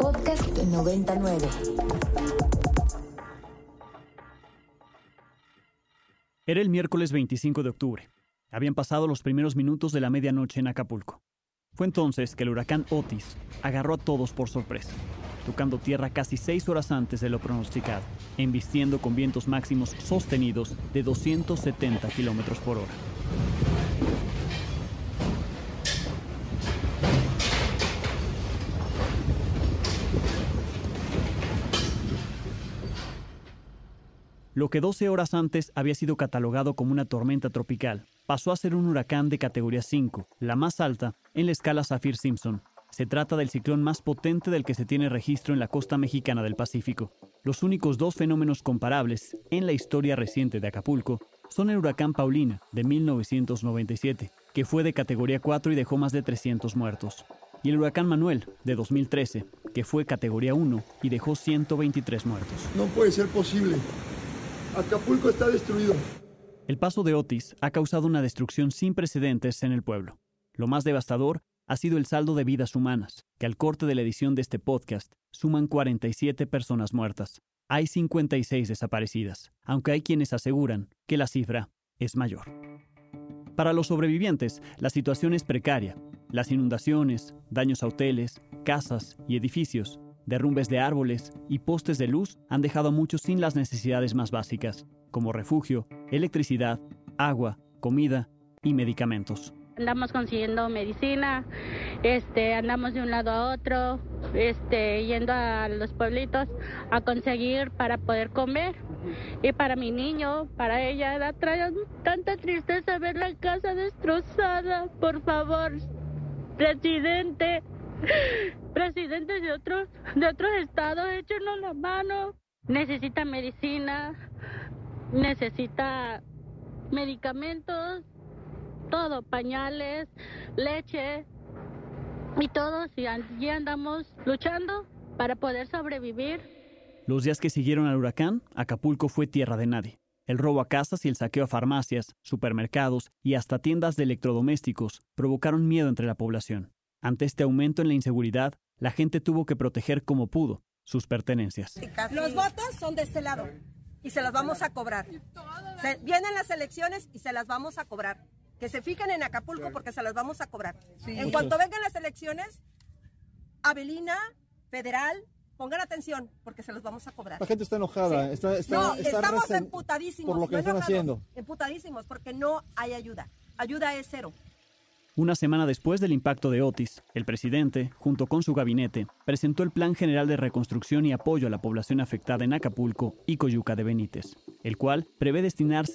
Podcast 99. Era el miércoles 25 de octubre. Habían pasado los primeros minutos de la medianoche en Acapulco. Fue entonces que el huracán Otis agarró a todos por sorpresa, tocando tierra casi 6 horas antes de lo pronosticado, embistiendo con vientos máximos sostenidos de 270 kilómetros por hora. Lo que 12 horas antes había sido catalogado como una tormenta tropical, pasó a ser un huracán de categoría 5, la más alta en la escala Saffir-Simpson. Se trata del ciclón más potente del que se tiene registro en la costa mexicana del Pacífico. Los únicos dos fenómenos comparables en la historia reciente de Acapulco son el huracán Paulina de 1997, que fue de categoría 4 y dejó más de 300 muertos, y el huracán Manuel de 2013, que fue categoría 1 y dejó 123 muertos. No puede ser posible. Acapulco está destruido. El paso de Otis ha causado una destrucción sin precedentes en el pueblo. Lo más devastador ha sido el saldo de vidas humanas, que al corte de la edición de este podcast suman 47 personas muertas. Hay 56 desaparecidas, aunque hay quienes aseguran que la cifra es mayor. Para los sobrevivientes, la situación es precaria. Las inundaciones, daños a hoteles, casas y edificios, derrumbes de árboles y postes de luz han dejado a muchos sin las necesidades más básicas, como refugio, electricidad, agua, comida y medicamentos. Andamos consiguiendo medicina, andamos de un lado a otro, yendo a los pueblitos a conseguir para poder comer. Y para mi niño, para ella, la trae tanta tristeza ver la casa destrozada. Por favor, presidente de otros estados, échenos la mano. Necesita medicina, necesita medicamentos, todo, pañales, leche y todo, y allí andamos luchando para poder sobrevivir. Los días que siguieron al huracán, Acapulco fue tierra de nadie. El robo a casas y el saqueo a farmacias, supermercados y hasta tiendas de electrodomésticos provocaron miedo entre la población. Ante este aumento en la inseguridad, la gente tuvo que proteger como pudo sus pertenencias. Los votos son de este lado y se las vamos a cobrar. Vienen las elecciones y se las vamos a cobrar. Que se fijen en Acapulco porque se las vamos a cobrar. Sí, en cuanto vengan las elecciones, Avelina, Federal, pongan atención porque se los vamos a cobrar. La gente está enojada. Sí. Estamos emputadísimos. Por lo que están haciendo. Emputadísimos porque no hay ayuda. Ayuda es cero. Una semana después del impacto de Otis, el presidente, junto con su gabinete, presentó el Plan General de Reconstrucción y Apoyo a la Población Afectada en Acapulco y Coyuca de Benítez, el cual prevé destinar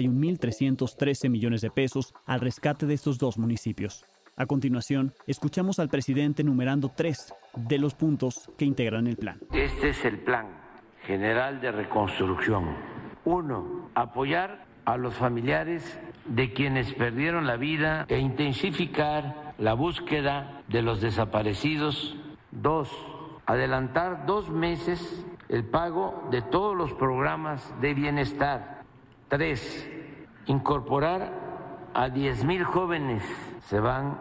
61.313 millones de pesos al rescate de estos dos municipios. A continuación, escuchamos al presidente enumerando 3 de los puntos que integran el plan. Este es el Plan General de Reconstrucción. 1. Apoyar a los familiares de quienes perdieron la vida e intensificar la búsqueda de los desaparecidos. 2. Adelantar 2 meses el pago de todos los programas de bienestar. 3. Incorporar a 10,000 jóvenes. Se van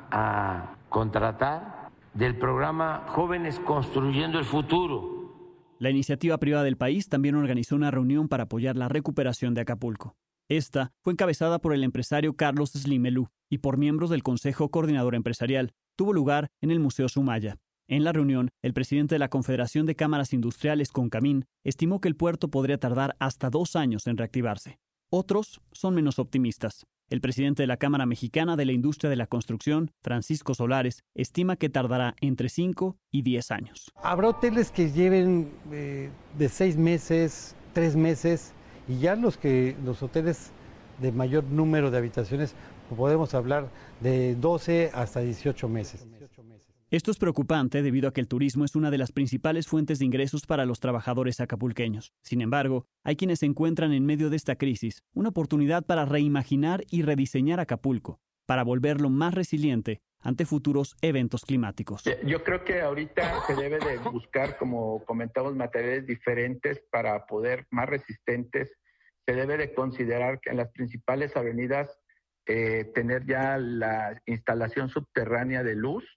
a contratar del programa Jóvenes Construyendo el Futuro. La iniciativa privada del país también organizó una reunión para apoyar la recuperación de Acapulco. Esta fue encabezada por el empresario Carlos Slim Elú y por miembros del Consejo Coordinador Empresarial. Tuvo lugar en el Museo Sumaya. En la reunión, el presidente de la Confederación de Cámaras Industriales, Concamín, estimó que el puerto podría tardar hasta 2 años en reactivarse. Otros son menos optimistas. El presidente de la Cámara Mexicana de la Industria de la Construcción, Francisco Solares, estima que tardará entre 5 y 10 años. Habrá hoteles que lleven de 6 meses, 3 meses, y ya los hoteles de mayor número de habitaciones, podemos hablar de 12 hasta 18 meses. Esto es preocupante debido a que el turismo es una de las principales fuentes de ingresos para los trabajadores acapulqueños. Sin embargo, hay quienes encuentran en medio de esta crisis una oportunidad para reimaginar y rediseñar Acapulco, para volverlo más resiliente ante futuros eventos climáticos. Yo creo que ahorita se debe de buscar, como comentamos, materiales diferentes para poder más resistentes. Se debe de considerar que en las principales avenidas tener ya la instalación subterránea de luz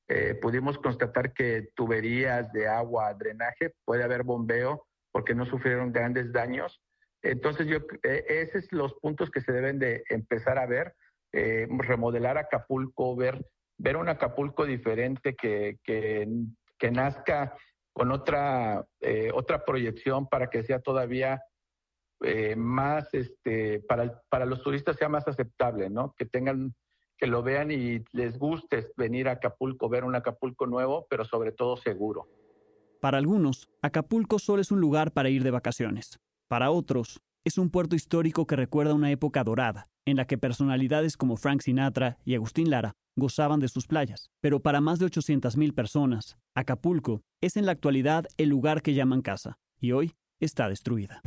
pudimos constatar que tuberías de agua, drenaje, puede haber bombeo porque no sufrieron grandes daños. Entonces, esos son los puntos que se deben de empezar a ver, remodelar Acapulco, ver un Acapulco diferente que nazca con otra proyección para que sea todavía más, para los turistas sea más aceptable, ¿no? Que lo vean y les guste venir a Acapulco, ver un Acapulco nuevo, pero sobre todo seguro. Para algunos, Acapulco solo es un lugar para ir de vacaciones. Para otros, es un puerto histórico que recuerda una época dorada, en la que personalidades como Frank Sinatra y Agustín Lara gozaban de sus playas. Pero para más de 800,000 personas, Acapulco es en la actualidad el lugar que llaman casa, y hoy está destruida.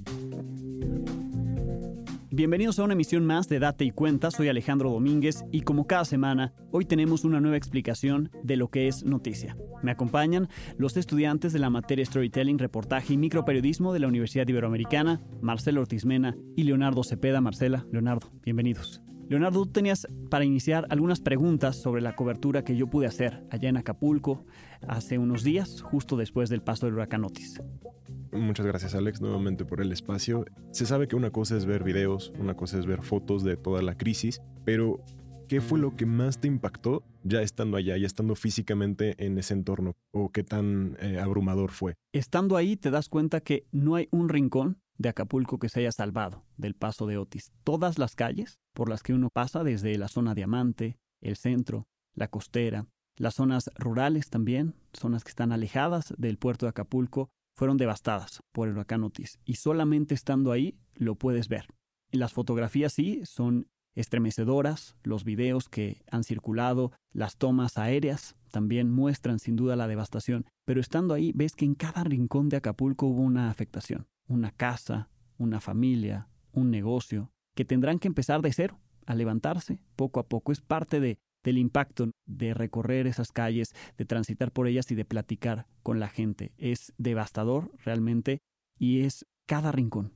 Bienvenidos a una emisión más de Date y Cuenta, soy Alejandro Domínguez y como cada semana, hoy tenemos una nueva explicación de lo que es noticia. Me acompañan los estudiantes de la materia Storytelling, Reportaje y Microperiodismo de la Universidad Iberoamericana, Marcela Ortiz Mena y Leonardo Cepeda. Marcela, Leonardo, bienvenidos. Leonardo, tú tenías para iniciar algunas preguntas sobre la cobertura que yo pude hacer allá en Acapulco hace unos días, justo después del paso del huracán Otis. Muchas gracias, Alex, nuevamente por el espacio. Se sabe que una cosa es ver videos, una cosa es ver fotos de toda la crisis, pero ¿qué fue lo que más te impactó ya estando allá, ya estando físicamente en ese entorno? ¿O qué tan abrumador fue? Estando ahí te das cuenta que no hay un rincón de Acapulco que se haya salvado del paso de Otis. Todas las calles por las que uno pasa, desde la zona Diamante, el centro, la costera, las zonas rurales también, zonas que están alejadas del puerto de Acapulco, fueron devastadas por el huracán Otis y solamente estando ahí lo puedes ver. Las fotografías sí son estremecedoras, los videos que han circulado, las tomas aéreas también muestran sin duda la devastación, pero estando ahí ves que en cada rincón de Acapulco hubo una afectación, una casa, una familia, un negocio, que tendrán que empezar de cero, a levantarse poco a poco. Es parte del impacto de recorrer esas calles, de transitar por ellas y de platicar con la gente. Es devastador realmente y es cada rincón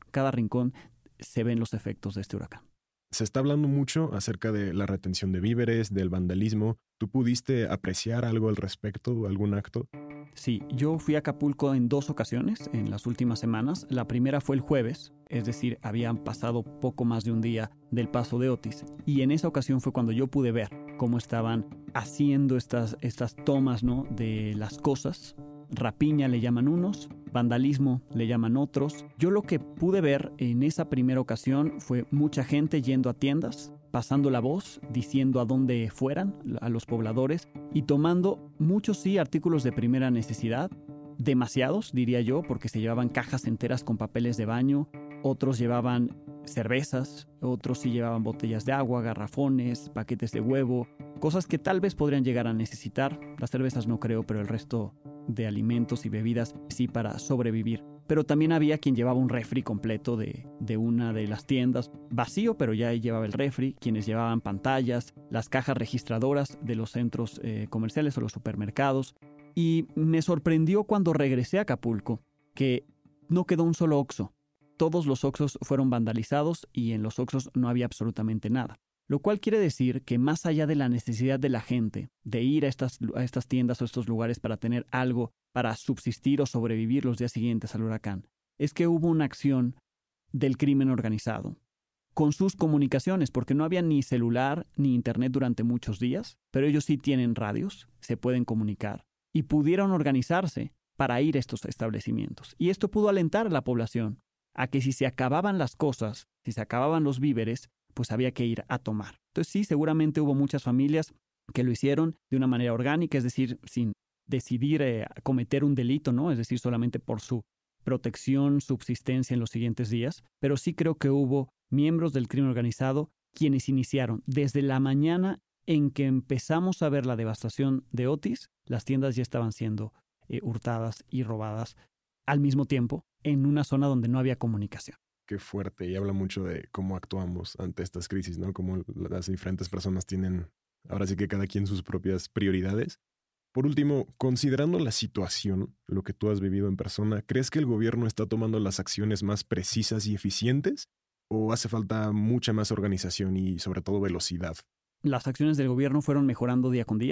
se ven los efectos de este huracán. Se está hablando mucho acerca de la retención de víveres, del vandalismo. ¿Tú pudiste apreciar algo al respecto, algún acto? Sí, yo fui a Acapulco en 2 ocasiones en las últimas semanas. La primera fue el jueves, es decir, habían pasado poco más de un día del paso de Otis. Y en esa ocasión fue cuando yo pude ver cómo estaban haciendo estas tomas, ¿no?, de las cosas. Rapiña le llaman unos, vandalismo le llaman otros. Yo lo que pude ver en esa primera ocasión fue mucha gente yendo a tiendas, pasando la voz, diciendo a dónde fueran a los pobladores y tomando muchos sí artículos de primera necesidad, demasiados diría yo, porque se llevaban cajas enteras con papeles de baño, otros llevaban cervezas, otros sí llevaban botellas de agua, garrafones, paquetes de huevo, cosas que tal vez podrían llegar a necesitar. Las cervezas no creo, pero el resto de alimentos y bebidas sí, para sobrevivir. Pero también había quien llevaba un refri completo de una de las tiendas, vacío, pero ya llevaba el refri, quienes llevaban pantallas, las cajas registradoras de los centros comerciales o los supermercados. Y me sorprendió cuando regresé a Acapulco que no quedó un solo Oxxo. Todos los Oxxos fueron vandalizados y en los Oxxos no había absolutamente nada. Lo cual quiere decir que más allá de la necesidad de la gente de ir a estas tiendas o estos lugares para tener algo para subsistir o sobrevivir los días siguientes al huracán, es que hubo una acción del crimen organizado con sus comunicaciones, porque no había ni celular ni internet durante muchos días, pero ellos sí tienen radios, se pueden comunicar y pudieron organizarse para ir a estos establecimientos. Y esto pudo alentar a la población a que si se acababan las cosas, si se acababan los víveres, pues había que ir a tomar. Entonces sí, seguramente hubo muchas familias que lo hicieron de una manera orgánica, es decir, sin decidir cometer un delito, ¿no? Es decir, solamente por su protección, subsistencia en los siguientes días. Pero sí creo que hubo miembros del crimen organizado quienes iniciaron desde la mañana en que empezamos a ver la devastación de Otis. Las tiendas ya estaban siendo hurtadas y robadas al mismo tiempo en una zona donde no había comunicación. Qué fuerte, y habla mucho de cómo actuamos ante estas crisis, ¿no? Cómo las diferentes personas tienen, ahora sí que cada quien sus propias prioridades. Por último, considerando la situación, lo que tú has vivido en persona, ¿crees que el gobierno está tomando las acciones más precisas y eficientes? ¿O hace falta mucha más organización y sobre todo velocidad? Las acciones del gobierno fueron mejorando día con día.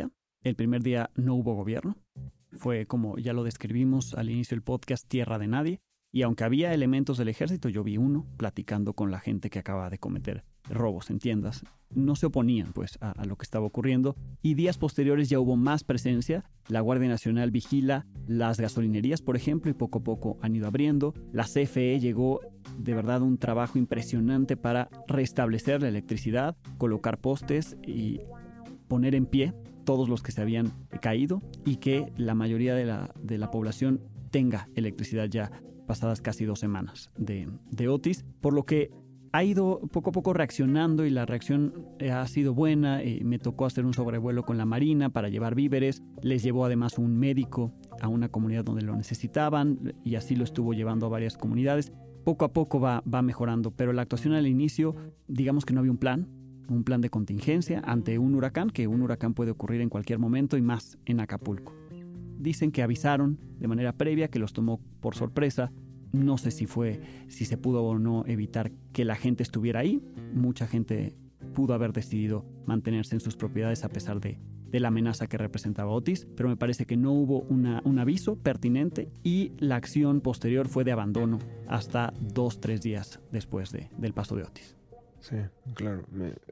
El primer día no hubo gobierno. Fue, como ya lo describimos al inicio del podcast, tierra de nadie. Y aunque había elementos del ejército, yo vi uno platicando con la gente que acaba de cometer robos en tiendas. No se oponían pues a lo que estaba ocurriendo. Y días posteriores ya hubo más presencia. La Guardia Nacional vigila las gasolinerías, por ejemplo, y poco a poco han ido abriendo. La CFE llegó de verdad un trabajo impresionante para restablecer la electricidad, colocar postes y poner en pie todos los que se habían caído y que la mayoría de la población tenga electricidad ya pasadas casi 2 semanas de Otis, por lo que ha ido poco a poco reaccionando y la reacción ha sido buena. Me tocó hacer un sobrevuelo con la Marina para llevar víveres, les llevó además un médico a una comunidad donde lo necesitaban y así lo estuvo llevando a varias comunidades. Poco a poco va mejorando, pero la actuación al inicio, digamos que no había un plan de contingencia ante un huracán, que un huracán puede ocurrir en cualquier momento y más en Acapulco. Dicen que avisaron de manera previa, que los tomó por sorpresa. No sé si se pudo o no evitar que la gente estuviera ahí. Mucha gente pudo haber decidido mantenerse en sus propiedades a pesar de la amenaza que representaba Otis, pero me parece que no hubo un aviso pertinente y la acción posterior fue de abandono hasta 2-3 días después del paso de Otis. Sí, claro,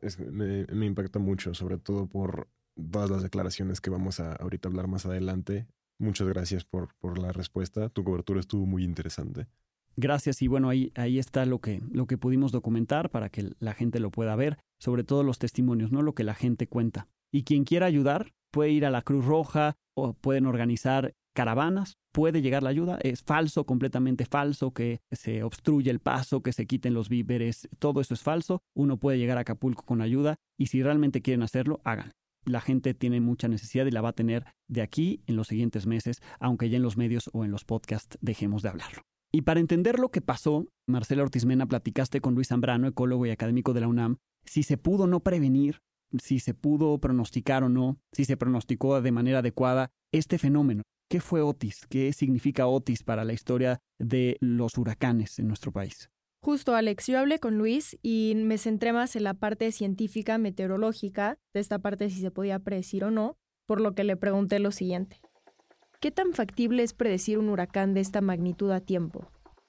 me impacta mucho, sobre todo por todas las declaraciones que vamos a ahorita hablar más adelante. Muchas gracias por la respuesta. Tu cobertura estuvo muy interesante. Gracias, y bueno, ahí está lo que pudimos documentar para que la gente lo pueda ver, sobre todo los testimonios, ¿no? Lo que la gente cuenta. Y quien quiera ayudar puede ir a la Cruz Roja o pueden organizar caravanas, puede llegar la ayuda. Es falso, completamente falso, que se obstruye el paso, que se quiten los víveres, todo eso es falso. Uno puede llegar a Acapulco con ayuda y si realmente quieren hacerlo, háganlo. La gente tiene mucha necesidad y la va a tener de aquí en los siguientes meses, aunque ya en los medios o en los podcasts dejemos de hablarlo. Y para entender lo que pasó, Marcela Ortiz Mena, platicaste con Luis Zambrano, ecólogo y académico de la UNAM, si se pudo o no prevenir, si se pudo pronosticar o no, si se pronosticó de manera adecuada este fenómeno. ¿Qué fue Otis? ¿Qué significa Otis para la historia de los huracanes en nuestro país? Justo, Alex, yo hablé con Luis y me centré más en la parte científica, meteorológica, de esta parte si se podía predecir o no, por lo que le pregunté lo siguiente. ¿Qué tan factible es predecir un huracán de esta magnitud a tiempo?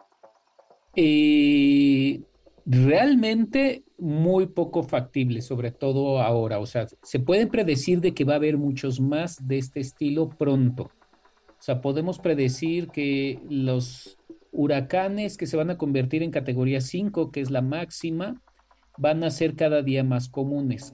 Realmente muy poco factible, sobre todo ahora. O sea, se puede predecir de que va a haber muchos más de este estilo pronto. O sea, podemos predecir que los huracanes que se van a convertir en categoría 5, que es la máxima, van a ser cada día más comunes.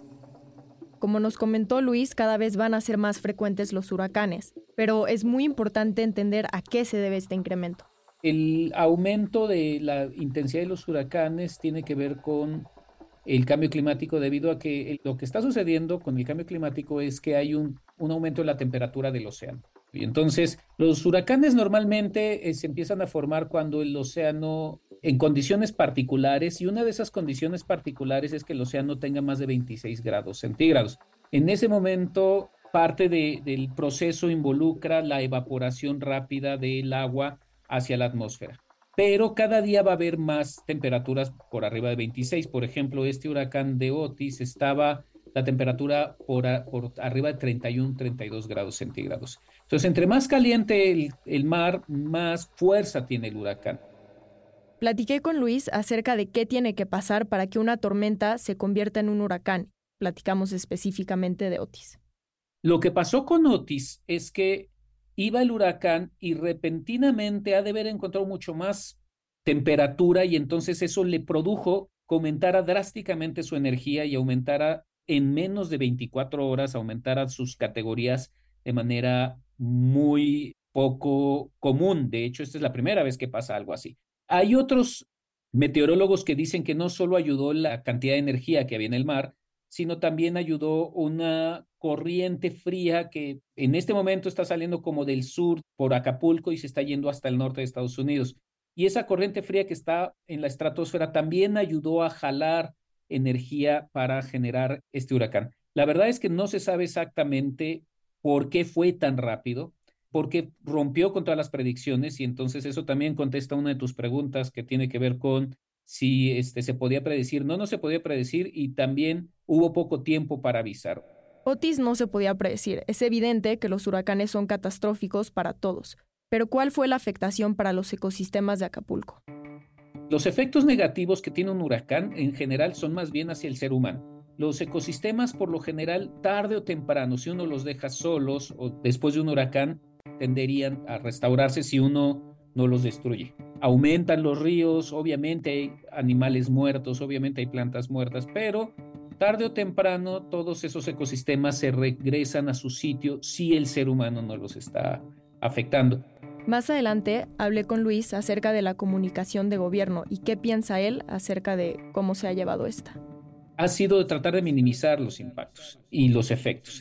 Como nos comentó Luis, cada vez van a ser más frecuentes los huracanes, pero es muy importante entender a qué se debe este incremento. El aumento de la intensidad de los huracanes tiene que ver con el cambio climático, debido a que lo que está sucediendo con el cambio climático es que hay un aumento de la temperatura del océano. Y entonces, los huracanes normalmente se empiezan a formar cuando el océano, en condiciones particulares, y una de esas condiciones particulares es que el océano tenga más de 26 grados centígrados. En ese momento, parte del proceso involucra la evaporación rápida del agua hacia la atmósfera. Pero cada día va a haber más temperaturas por arriba de 26. Por ejemplo, este huracán de Otis estaba la temperatura por arriba de 31, 32 grados centígrados. Entonces, entre más caliente el mar, más fuerza tiene el huracán. Platiqué con Luis acerca de qué tiene que pasar para que una tormenta se convierta en un huracán. Platicamos específicamente de Otis. Lo que pasó con Otis es que iba el huracán y repentinamente ha de haber encontrado mucho más temperatura y entonces eso le produjo que aumentara drásticamente su energía y aumentara en menos de 24 horas, aumentara sus categorías de manera muy poco común. De hecho, esta es la primera vez que pasa algo así. Hay otros meteorólogos que dicen que no solo ayudó la cantidad de energía que había en el mar, sino también ayudó una corriente fría que en este momento está saliendo como del sur por Acapulco y se está yendo hasta el norte de Estados Unidos. Y esa corriente fría que está en la estratosfera también ayudó a jalar energía para generar este huracán. La verdad es que no se sabe exactamente por qué fue tan rápido, porque rompió con todas las predicciones y entonces eso también contesta una de tus preguntas que tiene que ver con si se podía predecir. No se podía predecir y también hubo poco tiempo para avisar. Otis no se podía predecir. Es evidente que los huracanes son catastróficos para todos. Pero ¿cuál fue la afectación para los ecosistemas de Acapulco? Los efectos negativos que tiene un huracán en general son más bien hacia el ser humano. Los ecosistemas, por lo general, tarde o temprano, si uno los deja solos o después de un huracán, tenderían a restaurarse si uno no los destruye. Aumentan los ríos, obviamente hay animales muertos, obviamente hay plantas muertas, pero tarde o temprano todos esos ecosistemas se regresan a su sitio si el ser humano no los está afectando. Más adelante hablé con Luis acerca de la comunicación de gobierno y qué piensa él acerca de cómo se ha llevado esta. Ha sido de tratar de minimizar los impactos y los efectos.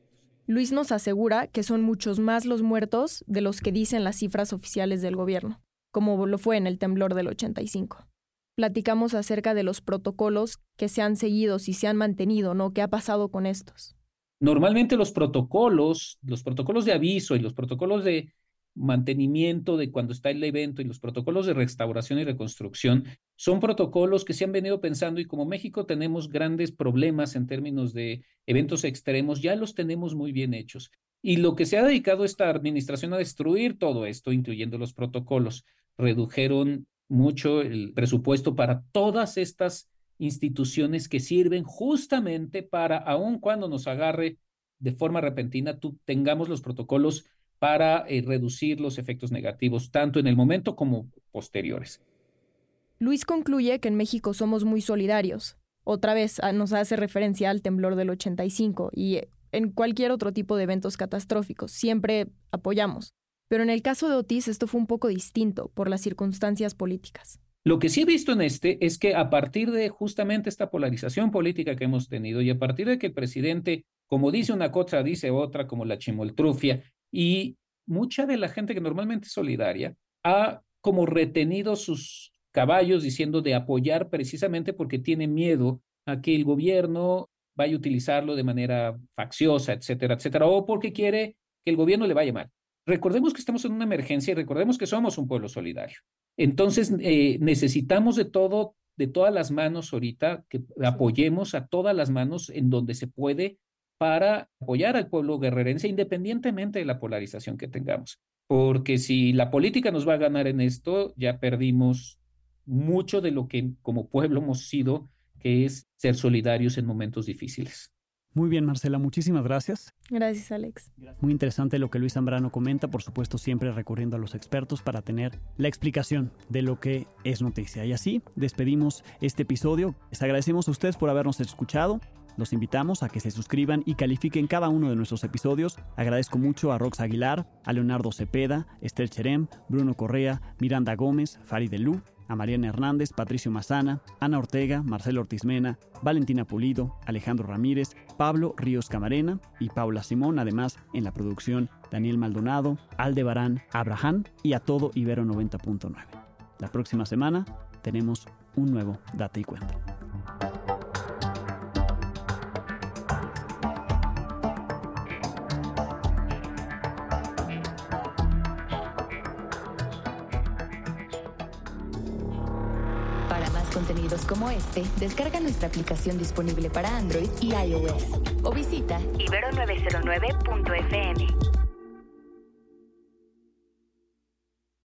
Luis nos asegura que son muchos más los muertos de los que dicen las cifras oficiales del gobierno, como lo fue en el temblor del 85. Platicamos acerca de los protocolos que se han seguido, si se han mantenido, ¿no? ¿Qué ha pasado con estos? Normalmente los protocolos de aviso y los protocolos de mantenimiento de cuando está el evento y los protocolos de restauración y reconstrucción son protocolos que se han venido pensando y como México tenemos grandes problemas en términos de eventos extremos, ya los tenemos muy bien hechos. Y lo que se ha dedicado esta administración a destruir todo esto, incluyendo los protocolos, redujeron mucho el presupuesto para todas estas instituciones que sirven justamente para, aun cuando nos agarre de forma repentina, tengamos los protocolos para reducir los efectos negativos, tanto en el momento como posteriores. Luis concluye que en México somos muy solidarios. Otra vez nos hace referencia al temblor del 85 y en cualquier otro tipo de eventos catastróficos. Siempre apoyamos. Pero en el caso de Otis esto fue un poco distinto por las circunstancias políticas. Lo que sí he visto en es que a partir de justamente esta polarización política que hemos tenido y a partir de que el presidente, como dice una cosa, dice otra, como la chimoltrufia, y mucha de la gente que normalmente es solidaria ha como retenido sus caballos diciendo de apoyar precisamente porque tiene miedo a que el gobierno vaya a utilizarlo de manera facciosa, etcétera, etcétera, o porque quiere que el gobierno le vaya mal. Recordemos que estamos en una emergencia y recordemos que somos un pueblo solidario. Entonces necesitamos de todas las manos ahorita, que apoyemos a todas las manos en donde se puede para apoyar al pueblo guerrerense independientemente de la polarización que tengamos. Porque si la política nos va a ganar en esto, ya perdimos mucho de lo que como pueblo hemos sido, que es ser solidarios en momentos difíciles. Muy bien, Marcela, muchísimas gracias. Gracias, Alex. Muy interesante lo que Luis Zambrano comenta, por supuesto siempre recurriendo a los expertos para tener la explicación de lo que es noticia. Y así despedimos este episodio. Les agradecemos a ustedes por habernos escuchado. Los invitamos a que se suscriban y califiquen cada uno de nuestros episodios. Agradezco mucho a Rox Aguilar, a Leonardo Cepeda, Esther Cherem, Bruno Correa, Miranda Gómez, Farid Elú, a Mariana Hernández, Patricio Mazana, Ana Ortega, Marcelo Ortiz Mena, Valentina Pulido, Alejandro Ramírez, Pablo Ríos Camarena y Paula Simón. Además, en la producción, Daniel Maldonado, Aldebarán Abraham y a todo Ibero 90.9. La próxima semana tenemos un nuevo Date y Cuenta. Contenidos como este, descarga nuestra aplicación disponible para Android y iOS o visita ibero909.fm.